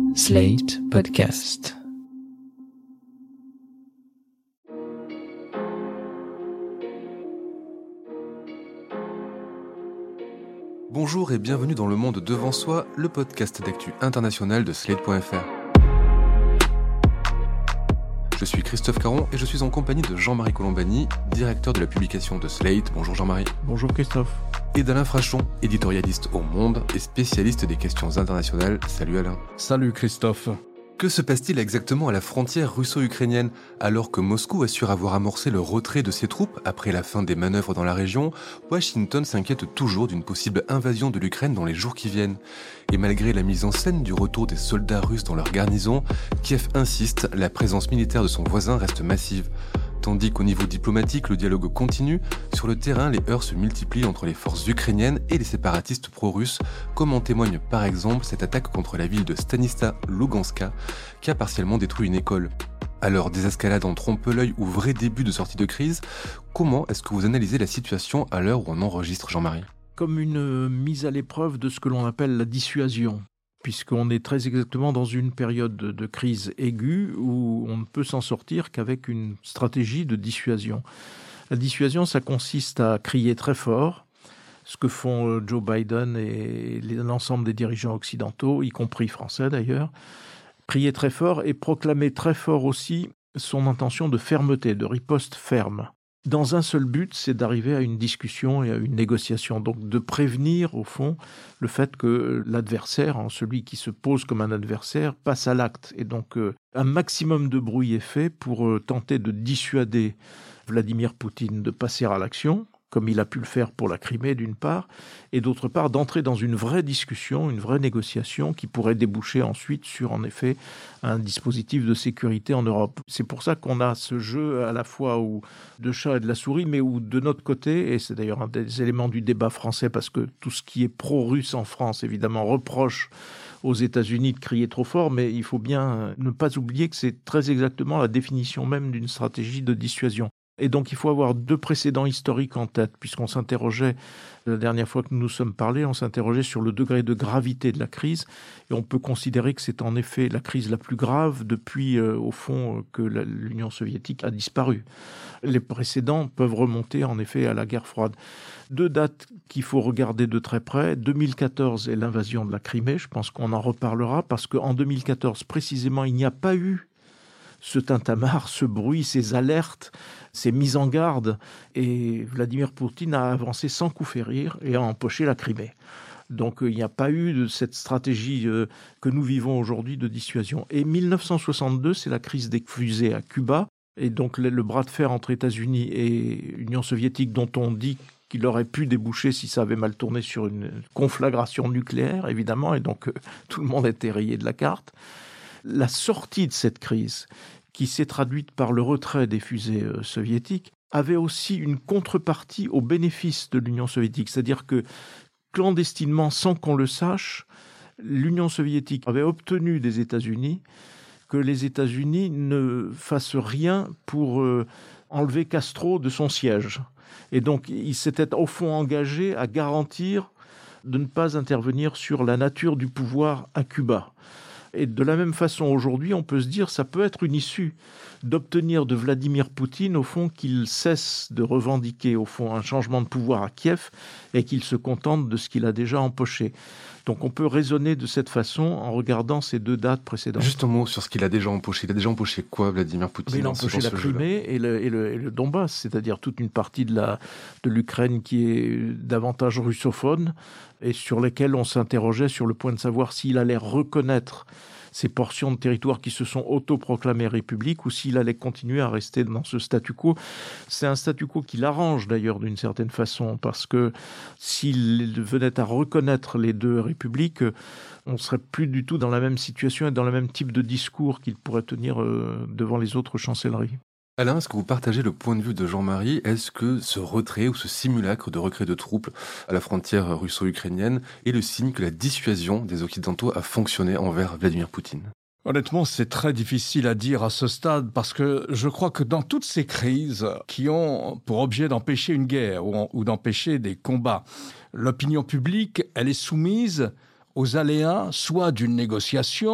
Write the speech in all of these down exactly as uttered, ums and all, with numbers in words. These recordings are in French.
Slate Podcast. Bonjour et bienvenue dans Le Monde Devant Soi, le podcast d'actu international de Slate point F R. Je suis Christophe Caron et je suis en compagnie de Jean-Marie Colombani, directeur de la publication de Slate. Bonjour Jean-Marie. Bonjour Christophe. Et d'Alain Frachon, éditorialiste au Monde et spécialiste des questions internationales. Salut Alain. Salut Christophe. Que se passe-t-il exactement à la frontière russo-ukrainienne? Alors que Moscou assure avoir amorcé le retrait de ses troupes après la fin des manœuvres dans la région, Washington s'inquiète toujours d'une possible invasion de l'Ukraine dans les jours qui viennent. Et malgré la mise en scène du retour des soldats russes dans leur garnison, Kiev insiste, la présence militaire de son voisin reste massive. Tandis qu'au niveau diplomatique, le dialogue continue, sur le terrain, les heurts se multiplient entre les forces ukrainiennes et les séparatistes pro-russes, comme en témoigne par exemple cette attaque contre la ville de Stanista Luganska, qui a partiellement détruit une école. Alors, désescalade en trompe-l'œil ou vrai début de sortie de crise, comment est-ce que vous analysez la situation à l'heure où on enregistre, Jean-Marie ? Comme une mise à l'épreuve de ce que l'on appelle la dissuasion, puisqu'on est très exactement dans une période de, de crise aiguë où on ne peut s'en sortir qu'avec une stratégie de dissuasion. La dissuasion, ça consiste à crier très fort, ce que font Joe Biden et l'ensemble des dirigeants occidentaux, y compris français d'ailleurs, crier très fort et proclamer très fort aussi son intention de fermeté, de riposte ferme. Dans un seul but, c'est d'arriver à une discussion et à une négociation. Donc de prévenir, au fond, le fait que l'adversaire, celui qui se pose comme un adversaire, passe à l'acte. Et donc euh, un maximum de bruit est fait pour euh, tenter de dissuader Vladimir Poutine de passer à l'action, comme il a pu le faire pour la Crimée d'une part, et d'autre part d'entrer dans une vraie discussion, une vraie négociation qui pourrait déboucher ensuite sur en effet un dispositif de sécurité en Europe. C'est pour ça qu'on a ce jeu à la fois où de chat et de la souris, mais où de notre côté, et c'est d'ailleurs un des éléments du débat français, parce que tout ce qui est pro-russe en France, évidemment, reproche aux États-Unis de crier trop fort, mais il faut bien ne pas oublier que c'est très exactement la définition même d'une stratégie de dissuasion. Et donc, il faut avoir deux précédents historiques en tête, puisqu'on s'interrogeait, la dernière fois que nous nous sommes parlé, on s'interrogeait sur le degré de gravité de la crise, et on peut considérer que c'est en effet la crise la plus grave depuis, euh, au fond, que la, l'Union soviétique a disparu. Les précédents peuvent remonter, en effet, à la guerre froide. Deux dates qu'il faut regarder de très près, deux mille quatorze et l'invasion de la Crimée, je pense qu'on en reparlera, parce qu'en deux mille quatorze, précisément, il n'y a pas eu ce tintamarre, ce bruit, ces alertes, ces mises en garde. Et Vladimir Poutine a avancé sans coup férir et a empoché la Crimée. Donc il n'y a pas eu de cette stratégie euh, que nous vivons aujourd'hui de dissuasion. Et mille neuf cent soixante-deux, c'est la crise des fusées à Cuba. Et donc le, le bras de fer entre États-Unis et Union soviétique, dont on dit qu'il aurait pu déboucher si ça avait mal tourné sur une conflagration nucléaire, évidemment. Et donc euh, tout le monde était rayé de la carte. La sortie de cette crise, qui s'est traduite par le retrait des fusées euh, soviétiques, avait aussi une contrepartie au bénéfice de l'Union soviétique. C'est-à-dire que, clandestinement, sans qu'on le sache, l'Union soviétique avait obtenu des États-Unis que les États-Unis ne fassent rien pour euh, enlever Castro de son siège. Et donc, ils s'étaient au fond engagés à garantir de ne pas intervenir sur la nature du pouvoir à Cuba. Et de la même façon, aujourd'hui, on peut se dire que ça peut être une issue d'obtenir de Vladimir Poutine, au fond, qu'il cesse de revendiquer, au fond, un changement de pouvoir à Kiev et qu'il se contente de ce qu'il a déjà empoché. Donc on peut raisonner de cette façon en regardant ces deux dates précédentes. Juste un mot sur ce qu'il a déjà empoché. Il a déjà empoché quoi, Vladimir Poutine? Mais il a empoché la Crimée et le, et, le, et le Donbass, c'est-à-dire toute une partie de, la, de l'Ukraine qui est davantage russophone et sur lesquelles on s'interrogeait sur le point de savoir s'il allait reconnaître ces portions de territoire qui se sont autoproclamées républiques ou s'il allait continuer à rester dans ce statu quo. C'est un statu quo qui l'arrange d'ailleurs d'une certaine façon, parce que s'il venait à reconnaître les deux républiques, on ne serait plus du tout dans la même situation et dans le même type de discours qu'il pourrait tenir devant les autres chancelleries. Alain, est-ce que vous partagez le point de vue de Jean-Marie? Est-ce que ce retrait ou ce simulacre de retrait de troupes à la frontière russo-ukrainienne est le signe que la dissuasion des Occidentaux a fonctionné envers Vladimir Poutine? Honnêtement, c'est très difficile à dire à ce stade parce que je crois que dans toutes ces crises qui ont pour objet d'empêcher une guerre ou, ou d'empêcher des combats, l'opinion publique, elle est soumise aux aléas soit d'une négociation,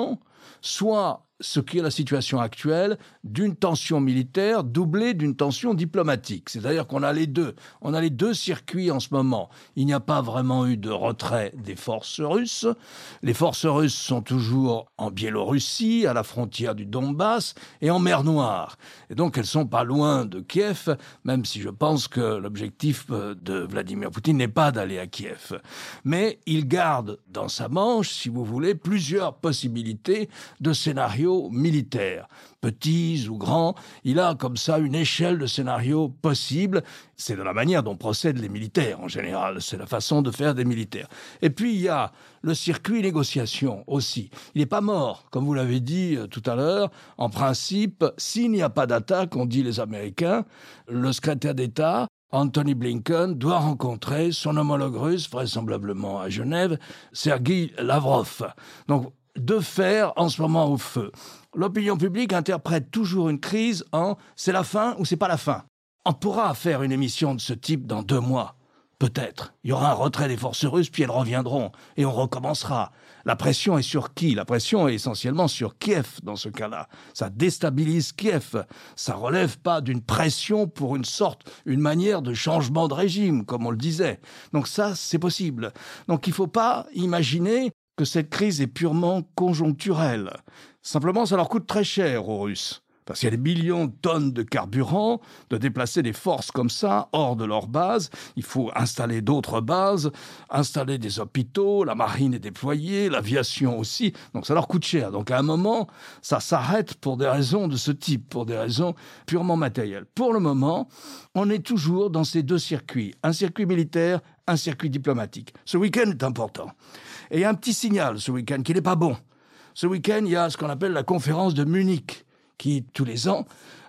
soit ce qui est la situation actuelle d'une tension militaire doublée d'une tension diplomatique. C'est-à-dire qu'on a les deux. On a les deux circuits en ce moment. Il n'y a pas vraiment eu de retrait des forces russes. Les forces russes sont toujours en Biélorussie, à la frontière du Donbass et en mer Noire. Et donc, elles sont pas loin de Kiev, même si je pense que l'objectif de Vladimir Poutine n'est pas d'aller à Kiev. Mais il garde dans sa manche, si vous voulez, plusieurs possibilités de scénarios militaires, petits ou grands. Il a comme ça une échelle de scénarios possibles. C'est de la manière dont procèdent les militaires en général. C'est la façon de faire des militaires. Et puis il y a le circuit négociation aussi. Il n'est pas mort, comme vous l'avez dit tout à l'heure. En principe, s'il n'y a pas d'attaque, on dit les Américains, le secrétaire d'État Anthony Blinken doit rencontrer son homologue russe, vraisemblablement à Genève, Sergueï Lavrov. Donc, deux fers en ce moment au feu. L'opinion publique interprète toujours une crise en « c'est la fin » ou « c'est pas la fin ». On pourra faire une émission de ce type dans deux mois, peut-être. Il y aura un retrait des forces russes, puis elles reviendront, et on recommencera. La pression est sur qui ? La pression est essentiellement sur Kiev dans ce cas-là. Ça déstabilise Kiev. Ça relève pas d'une pression pour une sorte, une manière de changement de régime, comme on le disait. Donc ça, c'est possible. Donc il faut pas imaginer que cette crise est purement conjoncturelle. Simplement, ça leur coûte très cher aux Russes. Parce qu'il y a des millions de tonnes de carburant, de déplacer des forces comme ça, hors de leur base. Il faut installer d'autres bases, installer des hôpitaux, la marine est déployée, l'aviation aussi. Donc ça leur coûte cher. Donc à un moment, ça s'arrête pour des raisons de ce type, pour des raisons purement matérielles. Pour le moment, on est toujours dans ces deux circuits. Un circuit militaire, un circuit diplomatique. Ce week-end est important. Et il y a un petit signal ce week-end qui n'est pas bon. Ce week-end, il y a ce qu'on appelle la conférence de Munich, qui, tous les ans,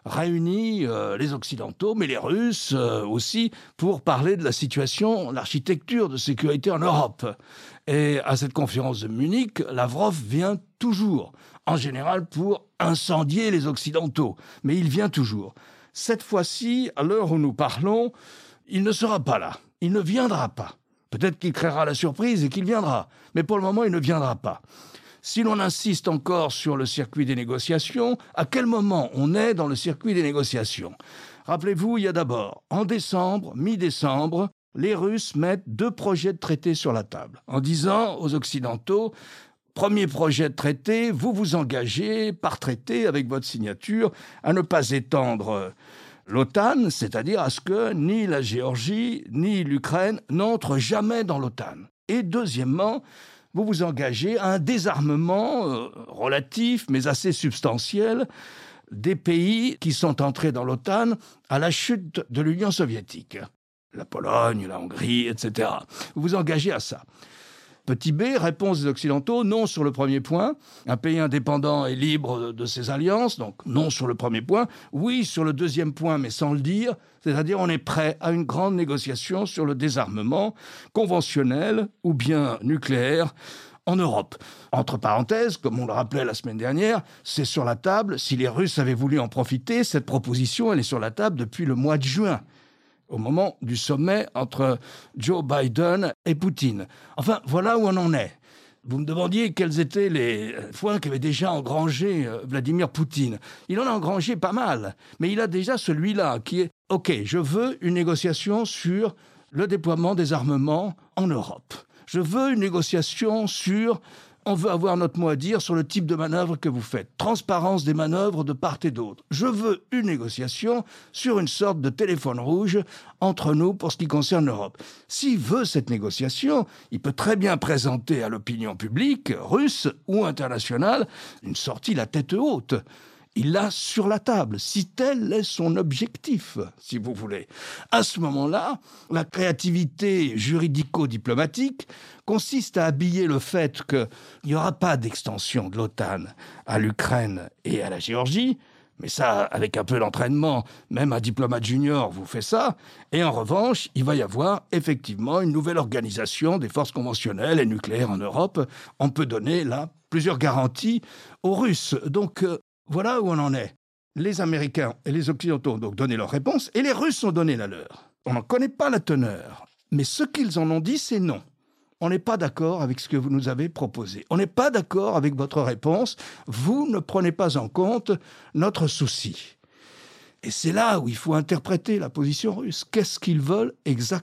réunit euh, les Occidentaux, mais les Russes euh, aussi, pour parler de la situation, l'architecture de sécurité en Europe. Et à cette conférence de Munich, Lavrov vient toujours, en général pour incendier les Occidentaux, mais il vient toujours. Cette fois-ci, à l'heure où nous parlons, il ne sera pas là, il ne viendra pas. Peut-être qu'il créera la surprise et qu'il viendra, mais pour le moment, il ne viendra pas. Si l'on insiste encore sur le circuit des négociations, à quel moment on est dans le circuit des négociations ? Rappelez-vous, il y a d'abord, en décembre, mi-décembre, les Russes mettent deux projets de traité sur la table, en disant aux Occidentaux, premier projet de traité, vous vous engagez par traité avec votre signature à ne pas étendre l'OTAN, c'est-à-dire à ce que ni la Géorgie ni l'Ukraine n'entrent jamais dans l'OTAN. Et deuxièmement, vous vous engagez à un désarmement euh, relatif, mais assez substantiel, des pays qui sont entrés dans l'OTAN à la chute de l'Union soviétique. La Pologne, la Hongrie, et cetera. Vous vous engagez à ça. Petit b, réponse des Occidentaux, non sur le premier point. Un pays indépendant et libre de ses alliances, donc non sur le premier point. Oui sur le deuxième point, mais sans le dire. C'est-à-dire on est prêt à une grande négociation sur le désarmement conventionnel ou bien nucléaire en Europe. Entre parenthèses, comme on le rappelait la semaine dernière, c'est sur la table. Si les Russes avaient voulu en profiter, cette proposition, elle est sur la table depuis le mois de juin, au moment du sommet entre Joe Biden et Poutine. Enfin, voilà où on en est. Vous me demandiez quels étaient les points qu'avait déjà engrangé Vladimir Poutine. Il en a engrangé pas mal, mais il a déjà celui-là qui est « Ok, je veux une négociation sur le déploiement des armements en Europe. Je veux une négociation sur... On veut avoir notre mot à dire sur le type de manœuvre que vous faites. Transparence des manœuvres de part et d'autre. Je veux une négociation sur une sorte de téléphone rouge entre nous pour ce qui concerne l'Europe. S'il veut cette négociation, il peut très bien présenter à l'opinion publique, russe ou internationale, une sortie la tête haute. Il l'a sur la table, si tel est son objectif, si vous voulez. À ce moment-là, la créativité juridico-diplomatique consiste à habiller le fait qu'il n'y aura pas d'extension de l'OTAN à l'Ukraine et à la Géorgie, mais ça, avec un peu d'entraînement, même un diplomate junior vous fait ça, et en revanche, il va y avoir effectivement une nouvelle organisation des forces conventionnelles et nucléaires en Europe. On peut donner là plusieurs garanties aux Russes. Donc, euh, voilà où on en est. Les Américains et les Occidentaux ont donc donné leur réponse et les Russes ont donné la leur. On n'en connaît pas la teneur, mais ce qu'ils en ont dit, c'est non. on n'est pas d'accord avec ce que vous nous avez proposé. On n'est pas d'accord avec votre réponse. Vous ne prenez pas en compte notre souci. Et c'est là où il faut interpréter la position russe. Qu'est-ce qu'ils veulent exactement ?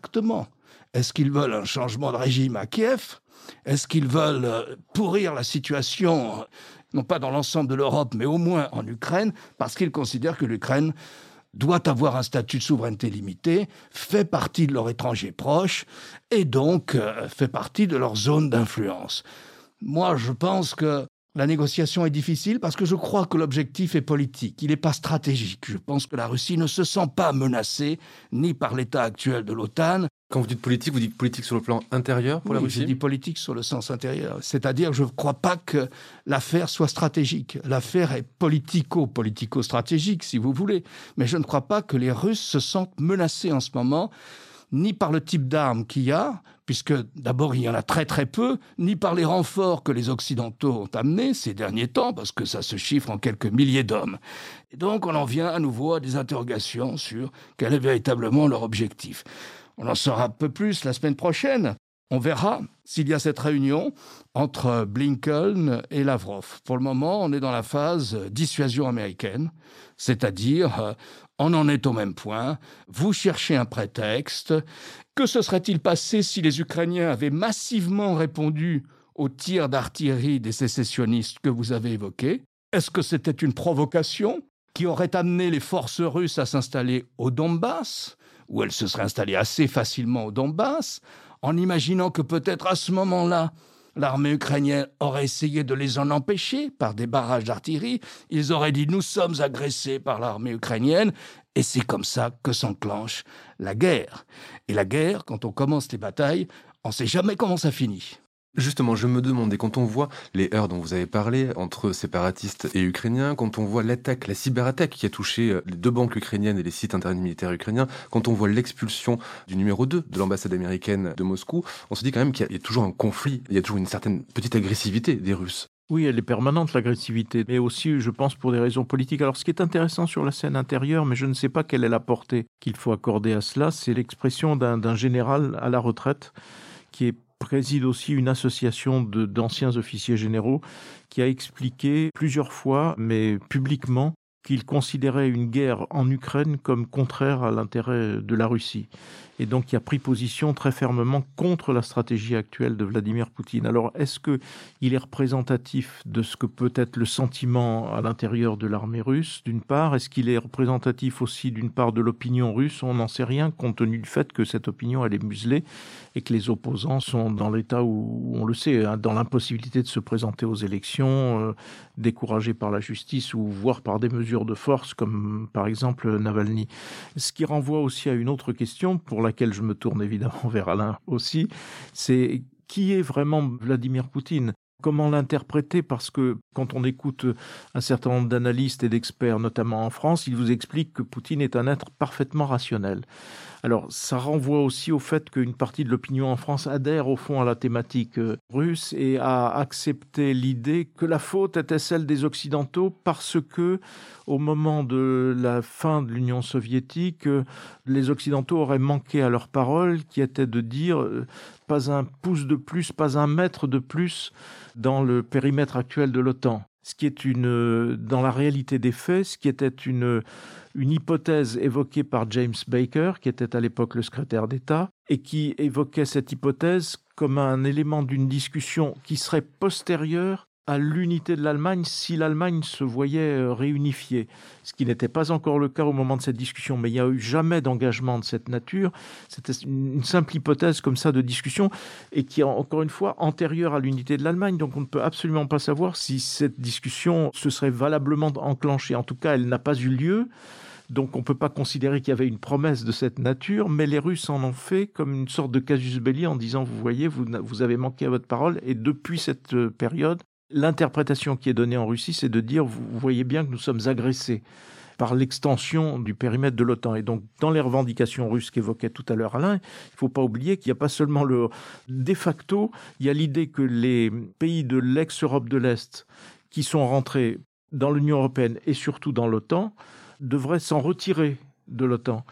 Est-ce qu'ils veulent un changement de régime à Kiev ? Est-ce qu'ils veulent pourrir la situation, non pas dans l'ensemble de l'Europe, mais au moins en Ukraine, parce qu'ils considèrent que l'Ukraine doit avoir un statut de souveraineté limitée, fait partie de leur étranger proche et donc euh, fait partie de leur zone d'influence. Moi, je pense que la négociation est difficile parce que je crois que l'objectif est politique, il n'est pas stratégique. Je pense que la Russie ne se sent pas menacée ni par l'état actuel de l'OTAN. Quand vous dites politique, vous dites politique sur le plan intérieur pour oui, la Russie ? J'ai dit politique sur le sens intérieur. C'est-à-dire que je ne crois pas que l'affaire soit stratégique. L'affaire est politico-politico-stratégique, si vous voulez. Mais je ne crois pas que les Russes se sentent menacés en ce moment, ni par le type d'armes qu'il y a, puisque d'abord il y en a très très peu, ni par les renforts que les Occidentaux ont amenés ces derniers temps, parce que ça se chiffre en quelques milliers d'hommes. Et donc on en vient à nouveau à des interrogations sur quel est véritablement leur objectif. On en saura un peu plus la semaine prochaine. On verra s'il y a cette réunion entre Blinken et Lavrov. Pour le moment, on est dans la phase dissuasion américaine, c'est-à-dire euh, on en est au même point. Vous cherchez un prétexte. Que se serait-il passé si les Ukrainiens avaient massivement répondu aux tirs d'artillerie des sécessionnistes que vous avez évoqués ? Est-ce que c'était une provocation qui aurait amené les forces russes à s'installer au Donbass, où elles se seraient installées assez facilement au Donbass, en imaginant que peut-être à ce moment-là, l'armée ukrainienne aurait essayé de les en empêcher par des barrages d'artillerie. Ils auraient dit « nous sommes agressés par l'armée ukrainienne » et c'est comme ça que s'enclenche la guerre. Et la guerre, quand on commence les batailles, on ne sait jamais comment ça finit. Justement, je me demandais, quand on voit les heurts dont vous avez parlé entre séparatistes et ukrainiens, quand on voit l'attaque, la cyberattaque qui a touché les deux banques ukrainiennes et les sites internet militaires ukrainiens, quand on voit l'expulsion du numéro deux de l'ambassade américaine de Moscou, on se dit quand même qu'il y a toujours un conflit, il y a toujours une certaine petite agressivité des Russes. Oui, elle est permanente, l'agressivité, mais aussi, je pense, pour des raisons politiques. Alors, ce qui est intéressant sur la scène intérieure, mais je ne sais pas quelle est la portée qu'il faut accorder à cela, c'est l'expression d'un, d'un général à la retraite qui est préside aussi une association de, d'anciens officiers généraux qui a expliqué plusieurs fois, mais publiquement, qu'il considérait une guerre en Ukraine comme contraire à l'intérêt de la Russie. Et donc, il a pris position très fermement contre la stratégie actuelle de Vladimir Poutine. Alors, est-ce qu'il est représentatif de ce que peut être le sentiment à l'intérieur de l'armée russe, d'une part ? Est-ce qu'il est représentatif aussi, d'une part, de l'opinion russe ? On n'en sait rien, compte tenu du fait que cette opinion, elle est muselée et que les opposants sont dans l'état où, on le sait, hein, dans l'impossibilité de se présenter aux élections, euh, découragés par la justice ou voire par des mesures de force, comme par exemple Navalny. Ce qui renvoie aussi à une autre question, pour laquelle je me tourne évidemment vers Alain aussi, c'est qui est vraiment Vladimir Poutine ? Comment l'interpréter ? Parce que quand on écoute un certain nombre d'analystes et d'experts, notamment en France, ils vous expliquent que Poutine est un être parfaitement rationnel. Alors, ça renvoie aussi au fait qu'une partie de l'opinion en France adhère au fond à la thématique russe et a accepté l'idée que la faute était celle des Occidentaux parce que, au moment de la fin de l'Union soviétique, les Occidentaux auraient manqué à leur parole, qui était de dire pas un pouce de plus, pas un mètre de plus dans le périmètre actuel de l'OTAN. Ce qui est une, dans la réalité des faits, ce qui était une, une hypothèse évoquée par James Baker, qui était à l'époque le secrétaire d'État, et qui évoquait cette hypothèse comme un élément d'une discussion qui serait postérieure à l'unité de l'Allemagne si l'Allemagne se voyait réunifiée. Ce qui n'était pas encore le cas au moment de cette discussion, mais il n'y a eu jamais d'engagement de cette nature. C'était une simple hypothèse comme ça de discussion et qui est encore une fois antérieure à l'unité de l'Allemagne. Donc on ne peut absolument pas savoir si cette discussion se serait valablement enclenchée. En tout cas, elle n'a pas eu lieu. Donc on ne peut pas considérer qu'il y avait une promesse de cette nature, mais les Russes en ont fait comme une sorte de casus belli en disant, vous voyez, vous, vous avez manqué à votre parole. Et depuis cette période, l'interprétation qui est donnée en Russie, c'est de dire, vous voyez bien que nous sommes agressés par l'extension du périmètre de l'OTAN. Et donc, dans les revendications russes qu'évoquait tout à l'heure Alain, il ne faut pas oublier qu'il n'y a pas seulement le... De facto, il y a l'idée que les pays de l'ex-Europe de l'Est qui sont rentrés dans l'Union européenne et surtout dans l'OTAN devraient s'en retirer de l'OTAN.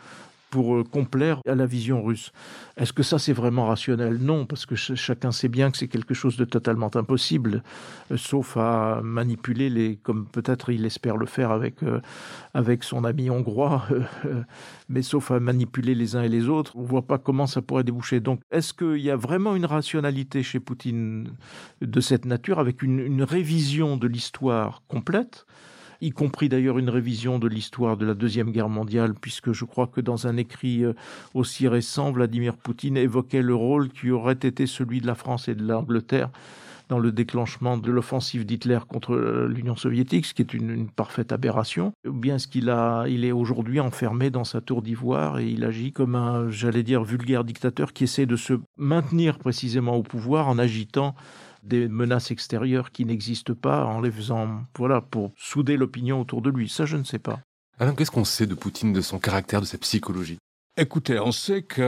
pour euh, complaire à la vision russe. Est-ce que ça, c'est vraiment rationnel ? Non, parce que ch- chacun sait bien que c'est quelque chose de totalement impossible, euh, sauf à manipuler, les, comme peut-être il espère le faire avec, euh, avec son ami hongrois, euh, euh, mais sauf à manipuler les uns et les autres, on ne voit pas comment ça pourrait déboucher. Donc, est-ce qu'il y a vraiment une rationalité chez Poutine de cette nature, avec une, une révision de l'histoire complète, y compris d'ailleurs une révision de l'histoire de la Deuxième Guerre mondiale, puisque je crois que dans un écrit aussi récent, Vladimir Poutine évoquait le rôle qui aurait été celui de la France et de l'Angleterre dans le déclenchement de l'offensive d'Hitler contre l'Union soviétique, ce qui est une, une parfaite aberration. Ou bien est-ce qu'il a, il est aujourd'hui enfermé dans sa tour d'ivoire et il agit comme un, j'allais dire, vulgaire dictateur qui essaie de se maintenir précisément au pouvoir en agitant des menaces extérieures qui n'existent pas, en les faisant, voilà, pour souder l'opinion autour de lui. Ça, je ne sais pas. Alain, qu'est-ce qu'on sait de Poutine, de son caractère, de sa psychologie ? Écoutez, on sait qu'il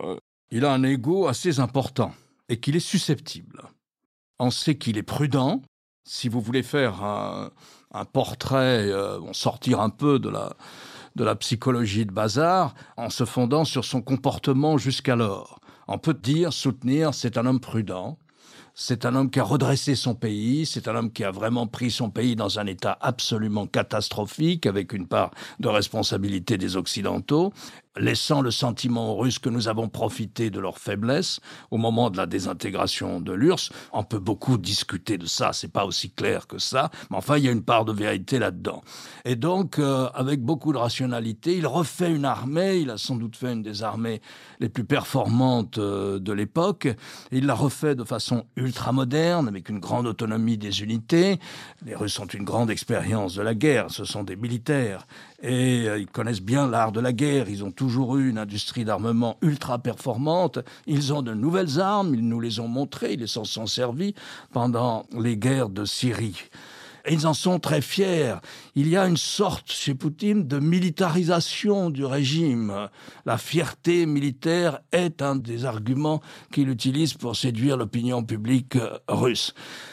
a un ego assez important et qu'il est susceptible. On sait qu'il est prudent. Si vous voulez faire un, un portrait, euh, sortir un peu de la, de la psychologie de bazar, en se fondant sur son comportement jusqu'alors, on peut dire, soutenir, c'est un homme prudent. C'est un homme qui a redressé son pays, c'est un homme qui a vraiment pris son pays dans un état absolument catastrophique, avec une part de responsabilité des Occidentaux, laissant le sentiment aux Russes que nous avons profité de leur faiblesse au moment de la désintégration de l'U R S S. On peut beaucoup discuter de ça, c'est pas aussi clair que ça, mais enfin, il y a une part de vérité là-dedans. Et donc, euh, avec beaucoup de rationalité, il refait une armée, il a sans doute fait une des armées les plus performantes euh, de l'époque, il l'a refait de façon ultra-moderne, avec une grande autonomie des unités. Les Russes ont une grande expérience de la guerre, ce sont des militaires, et euh, ils connaissent bien l'art de la guerre, ils ont toujours eu une industrie d'armement ultra-performante, ils ont de nouvelles armes, ils nous les ont montrées, ils s'en sont servis pendant les guerres de Syrie. Et ils en sont très fiers. Il y a une sorte, chez Poutine, de militarisation du régime. La fierté militaire est un des arguments qu'il utilise pour séduire l'opinion publique russe.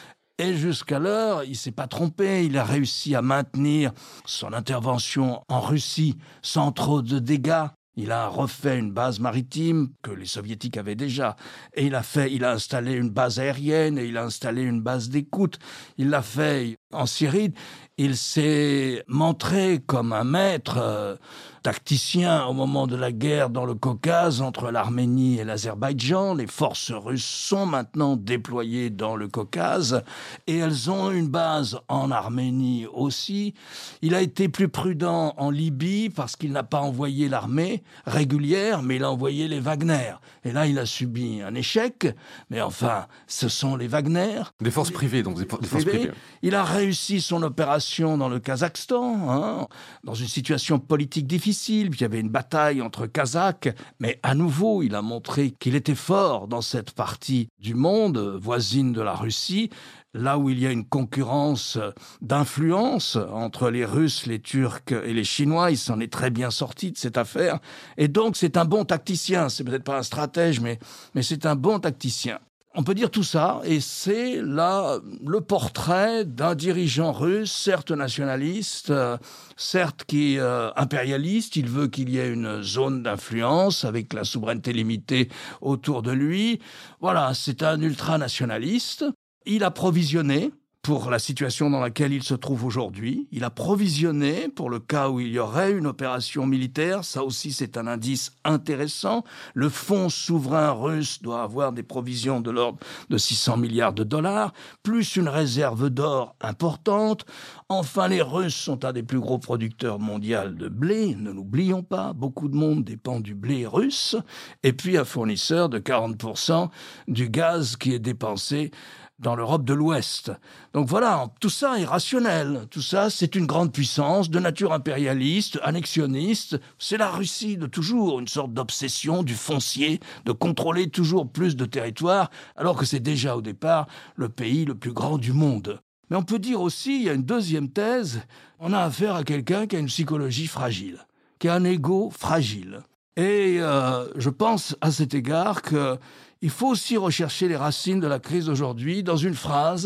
Et jusqu'alors, il ne s'est pas trompé, il a réussi à maintenir son intervention en Russie sans trop de dégâts. Il a refait une base maritime que les soviétiques avaient déjà. Et il a fait, il a installé une base aérienne et il a installé une base d'écoute. Il l'a fait en Syrie. Il s'est montré comme un maître euh, tacticien au moment de la guerre dans le Caucase entre l'Arménie et l'Azerbaïdjan. Les forces russes sont maintenant déployées dans le Caucase et elles ont une base en Arménie aussi. Il a été plus prudent en Libye parce qu'il n'a pas envoyé l'armée régulière, mais il a envoyé les Wagner. Et là, il a subi un échec. Mais enfin, ce sont les Wagner. Des forces privées, donc des, des forces privées. Il a réussi son opération dans le Kazakhstan, hein, dans une situation politique difficile, puis il y avait une bataille entre Kazakhs, mais à nouveau, il a montré qu'il était fort dans cette partie du monde, voisine de la Russie, là où il y a une concurrence d'influence entre les Russes, les Turcs et les Chinois. Il s'en est très bien sorti de cette affaire. Et donc, c'est un bon tacticien. C'est peut-être pas un stratège, mais, mais c'est un bon tacticien. On peut dire tout ça, et c'est là le portrait d'un dirigeant russe, certes nationaliste, euh, certes qui est euh, impérialiste. Il veut qu'il y ait une zone d'influence avec la souveraineté limitée autour de lui. Voilà, c'est un ultranationaliste. Il a provisionné pour la situation dans laquelle il se trouve aujourd'hui. Il a provisionné pour le cas où il y aurait une opération militaire. Ça aussi, c'est un indice intéressant. Le fonds souverain russe doit avoir des provisions de l'ordre de six cents milliards de dollars, plus une réserve d'or importante. Enfin, les Russes sont un des plus gros producteurs mondiaux de blé. Ne l'oublions pas, beaucoup de monde dépend du blé russe. Et puis, un fournisseur de quarante pour cent du gaz qui est dépensé dans l'Europe de l'Ouest. Donc voilà, tout ça est rationnel. Tout ça, c'est une grande puissance de nature impérialiste, annexionniste. C'est la Russie de toujours, une sorte d'obsession du foncier, de contrôler toujours plus de territoire, alors que c'est déjà au départ le pays le plus grand du monde. Mais on peut dire aussi, il y a une deuxième thèse, on a affaire à quelqu'un qui a une psychologie fragile, qui a un ego fragile. Et euh, je pense à cet égard que il faut aussi rechercher les racines de la crise d'aujourd'hui dans une phrase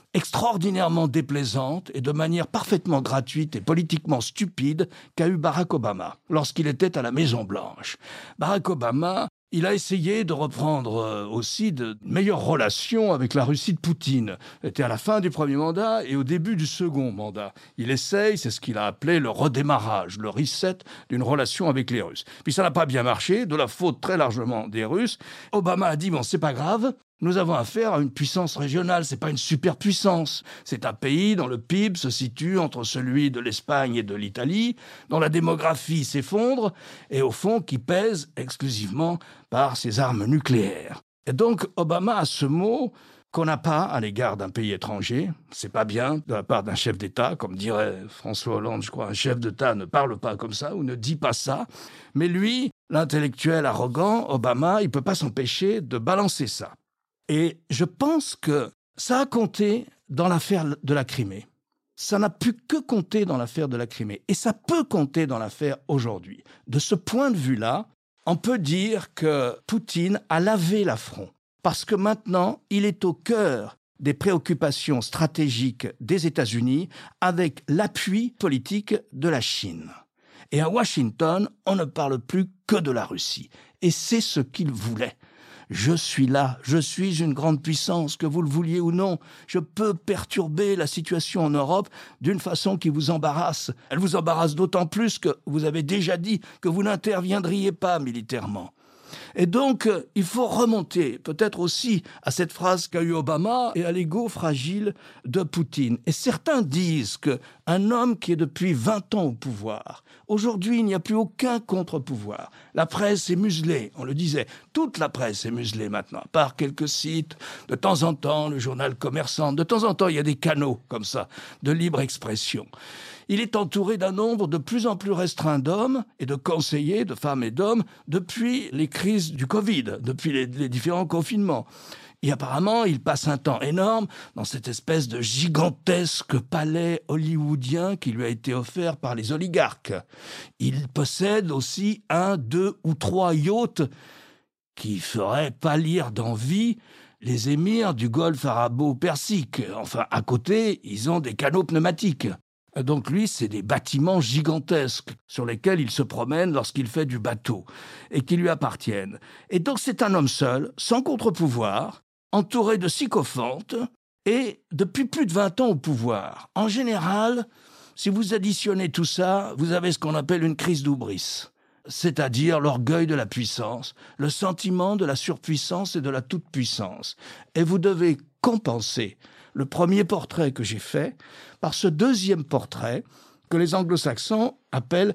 extraordinairement déplaisante et de manière parfaitement gratuite et politiquement stupide qu'a eu Barack Obama lorsqu'il était à la Maison-Blanche. Barack Obama, il a essayé de reprendre aussi de meilleures relations avec la Russie de Poutine. C'était à la fin du premier mandat et au début du second mandat. Il essaye, c'est ce qu'il a appelé le redémarrage, le reset d'une relation avec les Russes. Puis ça n'a pas bien marché, de la faute très largement des Russes. Obama a dit, bon, c'est pas grave, nous avons affaire à une puissance régionale, c'est pas une superpuissance. C'est un pays dont le P I B se situe entre celui de l'Espagne et de l'Italie, dont la démographie s'effondre et au fond qui pèse exclusivement par ses armes nucléaires. Et donc Obama a ce mot qu'on n'a pas à l'égard d'un pays étranger. C'est pas bien de la part d'un chef d'État, comme dirait François Hollande, je crois, un chef d'État ne parle pas comme ça ou ne dit pas ça. Mais lui, l'intellectuel arrogant, Obama, il peut pas s'empêcher de balancer ça. Et je pense que ça a compté dans l'affaire de la Crimée. Ça n'a pu que compter dans l'affaire de la Crimée. Et ça peut compter dans l'affaire aujourd'hui. De ce point de vue-là, on peut dire que Poutine a lavé l'affront. Parce que maintenant, il est au cœur des préoccupations stratégiques des États-Unis avec l'appui politique de la Chine. Et à Washington, on ne parle plus que de la Russie. Et c'est ce qu'il voulait. Je suis là, je suis une grande puissance, que vous le vouliez ou non. Je peux perturber la situation en Europe d'une façon qui vous embarrasse. Elle vous embarrasse d'autant plus que vous avez déjà dit que vous n'interviendriez pas militairement. Et donc, euh, il faut remonter peut-être aussi à cette phrase qu'a eue Obama et à l'ego fragile de Poutine. Et certains disent qu'un homme qui est depuis vingt ans au pouvoir, aujourd'hui, il n'y a plus aucun contre-pouvoir. La presse est muselée, on le disait. Toute la presse est muselée maintenant, par quelques sites. De temps en temps, le journal Commerçant. De temps en temps, il y a des canaux comme ça, de libre expression. Il est entouré d'un nombre de plus en plus restreint d'hommes et de conseillers, de femmes et d'hommes, depuis les crises du Covid, depuis les, les différents confinements. Et apparemment, il passe un temps énorme dans cette espèce de gigantesque palais hollywoodien qui lui a été offert par les oligarques. Il possède aussi un, deux ou trois yachts qui feraient pâlir d'envie les émirs du golfe arabo-persique. Enfin, à côté, ils ont des canots pneumatiques. Donc lui, c'est des bâtiments gigantesques sur lesquels il se promène lorsqu'il fait du bateau et qui lui appartiennent. Et donc c'est un homme seul, sans contre-pouvoir, entouré de sycophantes et depuis plus de vingt ans au pouvoir. En général, si vous additionnez tout ça, vous avez ce qu'on appelle une crise d'hubris, c'est-à-dire l'orgueil de la puissance, le sentiment de la surpuissance et de la toute-puissance. Et vous devez compenser le premier portrait que j'ai fait par ce deuxième portrait que les anglo-saxons appellent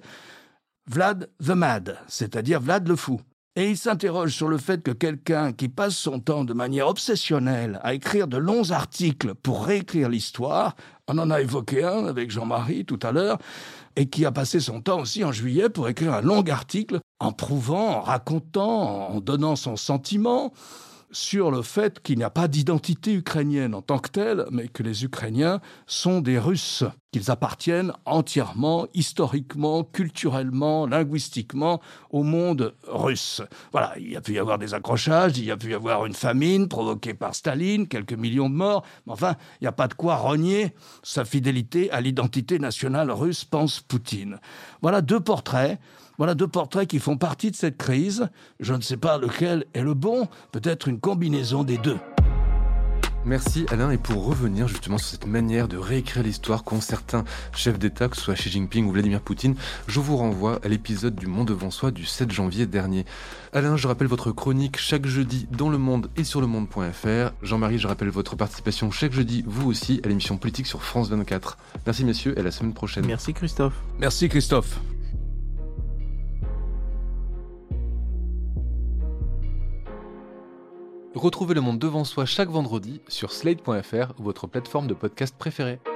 Vlad the Mad, c'est-à-dire Vlad le fou. Et il s'interroge sur le fait que quelqu'un qui passe son temps de manière obsessionnelle à écrire de longs articles pour réécrire l'histoire, on en a évoqué un avec Jean-Marie tout à l'heure, et qui a passé son temps aussi en juillet pour écrire un long article en prouvant, en racontant, en donnant son sentiment sur le fait qu'il n'y a pas d'identité ukrainienne en tant que telle, mais que les Ukrainiens sont des Russes, qu'ils appartiennent entièrement, historiquement, culturellement, linguistiquement au monde russe. Voilà, il y a pu y avoir des accrochages, il y a pu y avoir une famine provoquée par Staline, quelques millions de morts, mais enfin, il n'y a pas de quoi rogner sa fidélité à l'identité nationale russe, pense Poutine. Voilà deux portraits. Voilà deux portraits qui font partie de cette crise. Je ne sais pas lequel est le bon, peut-être une combinaison des deux. Merci Alain, et pour revenir justement sur cette manière de réécrire l'histoire qu'ont certains chefs d'État, que ce soit Xi Jinping ou Vladimir Poutine, je vous renvoie à l'épisode du Monde devant soi du sept janvier dernier. Alain, je rappelle votre chronique chaque jeudi dans Le Monde et sur le monde point f r. Jean-Marie, je rappelle votre participation chaque jeudi, vous aussi, à l'émission politique sur France vingt-quatre. Merci messieurs, et à la semaine prochaine. Merci Christophe. Merci Christophe. Retrouvez Le Monde devant soi chaque vendredi sur slate point f r, votre plateforme de podcast préférée.